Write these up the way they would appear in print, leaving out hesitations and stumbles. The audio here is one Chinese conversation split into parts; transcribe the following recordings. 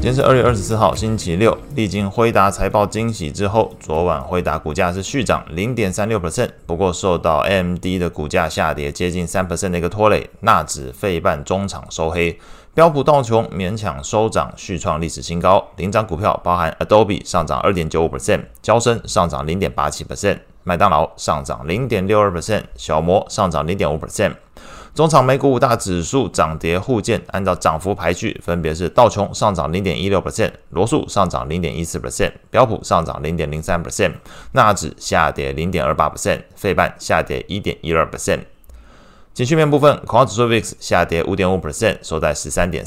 今天是2月24号，星期六。历经辉达财报惊喜之后，昨晚辉达股价是续涨 0.36%， 不过受到 AMD 的股价下跌接近 3% 的一个拖累，纳指费半中场收黑，标普道琼勉强收涨，续创历史新高。领涨股票包含 Adobe 上涨 2.95%， 交生上涨 0.87%， 麦当劳上涨 0.62%， 小摩上涨 0.5%。中场美股五大指数涨跌互见，按照涨幅排序，分别是道琼上涨 0.16%， 罗素上涨 0.14%， 标普上涨 0.03%， 纳指下跌 0.28%， 费半下跌 1.12%。情绪面部分，恐慌指数 VIX 下跌 5.5%， 收在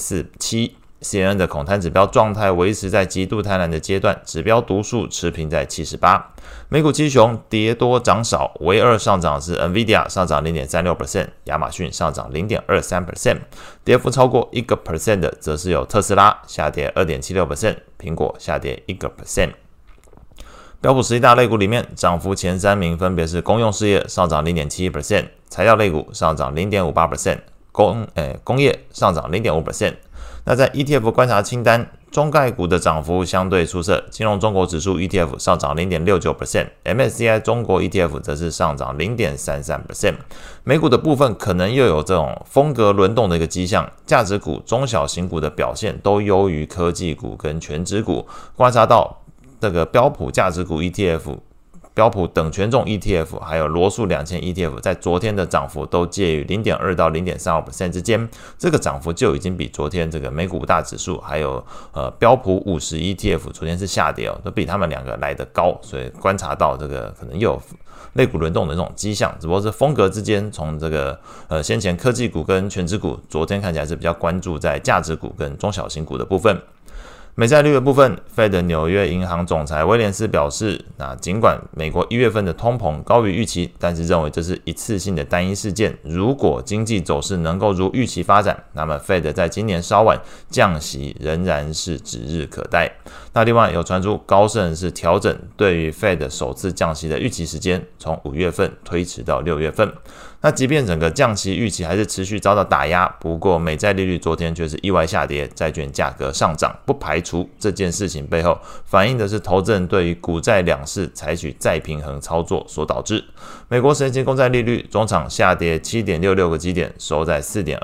13.47。CNN 的恐贪指标状态维持在极度贪婪的阶段，指标读数持平在78。美股七雄跌多涨少，唯二上涨是 NVIDIA 上涨 0.36%， 亚马逊上涨 0.23%， 跌幅超过 1% 的则是有特斯拉下跌 2.76%， 苹果下跌 1%。标普10大类股里面，涨幅前3名分别是公用事业上涨 0.71%， 材料类股上涨 0.58%， 工业上涨 0.5%。那在 ETF 观察清单，中概股的涨幅相对出色，金融中国指数 ETF 上涨 0.69%， MSCI 中国 ETF 则是上涨 0.33%。美股的部分可能又有这种风格轮动的一个迹象，价值股、中小型股的表现都优于科技股跟权值股。观察到这个标普价值股 ETF、标普等权重 ETF 还有罗素2000 ETF 在昨天的涨幅都介于 0.2 到 0.35% 之间，这个涨幅就已经比昨天这个美股五大指数还有标普50 ETF 昨天是下跌都比他们两个来得高，所以观察到这个可能又有类股轮动的这种迹象，只不过是风格之间从这个先前科技股跟权值股，昨天看起来是比较关注在价值股跟中小型股的部分。美债率的部分 ，Fed 纽约银行总裁威廉斯表示，那尽管美国1月份的通膨高于预期，但是认为这是一次性的单一事件。如果经济走势能够如预期发展，那么 Fed 在今年稍晚降息仍然是指日可待。那另外有传出高盛是调整对于 Fed 首次降息的预期时间，从5月份推迟到6月份。那即便整个降息预期还是持续遭到打压，不过美债利率昨天却是意外下跌，债券价格上涨，不排除这件事情背后反映的是投资人对于股债两市采取再平衡操作所导致。美国10年期公债利率中场下跌 7.66 个基点，收在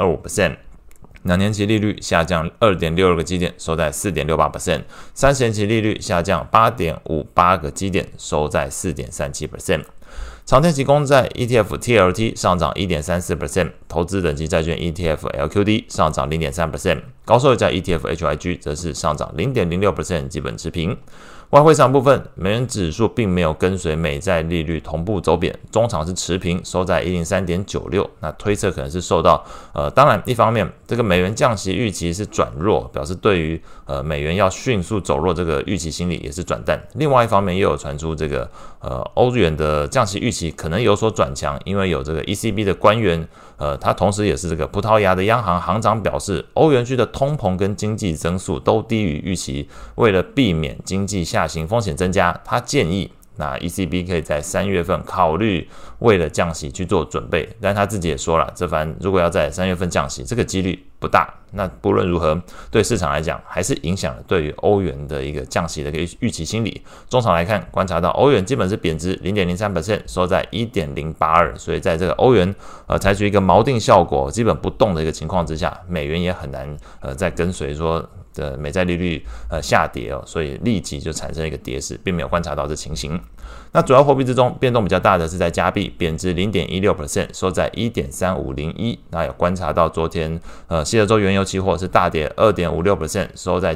4.25%。2年期利率下降 2.62 个基点，收在 4.68%， 30年期利率下降 8.58 个基点，收在 4.37%。长天期公债 ETF TLT 上涨 1.34%， 投资等级债券 ETF LQD 上涨 0.3%， 高收益债 ETF HYG 则是上涨 0.06%， 基本持平。外汇市场部分，美元指数并没有跟随美债利率同步走贬，中场是持平，收在 103.96。那推测可能是受到当然一方面这个美元降息预期是转弱，表示对于美元要迅速走弱这个预期心理也是转淡。另外一方面也有传出这个欧元的降息预期可能有所转强，因为有这个 ECB 的官员他同时也是这个葡萄牙的央行行长表示，欧元区的通膨跟经济增速都低于预期，为了避免经济下行风险增加，他建议那 ECB 可以在3月份考虑为了降息去做准备，但他自己也说了，这番如果要在3月份降息，这个几率不大。那不论如何，对市场来讲，还是影响了对于欧元的一个降息的一个预期心理。中场来看，观察到欧元基本是贬值 0.03%， 收在 1.082， 所以在这个欧元采取一个锚定效果，基本不动的一个情况之下，美元也很难再跟随说的美债利率下跌所以立即就产生一个跌势，并没有观察到这情形。那主要货币之中变动比较大的是在加币，贬值 0.16%， 收在 1.3501。那有观察到昨天西德州原油期货是大跌 2.56%， 收在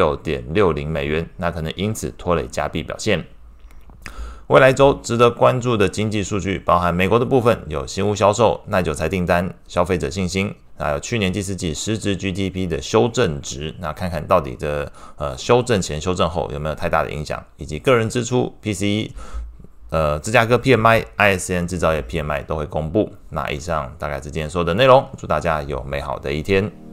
76.60 美元，那可能因此拖累加币表现。未来周值得关注的经济数据包含美国的部分有新屋销售、耐久财订单、消费者信心，还有去年第四季实质 GDP 的修正值，那看看到底的修正前修正后有没有太大的影响，以及个人支出 PCE、芝加哥 PMI、ISM 制造业 PMI 都会公布。那以上大概是今天说的内容，祝大家有美好的一天。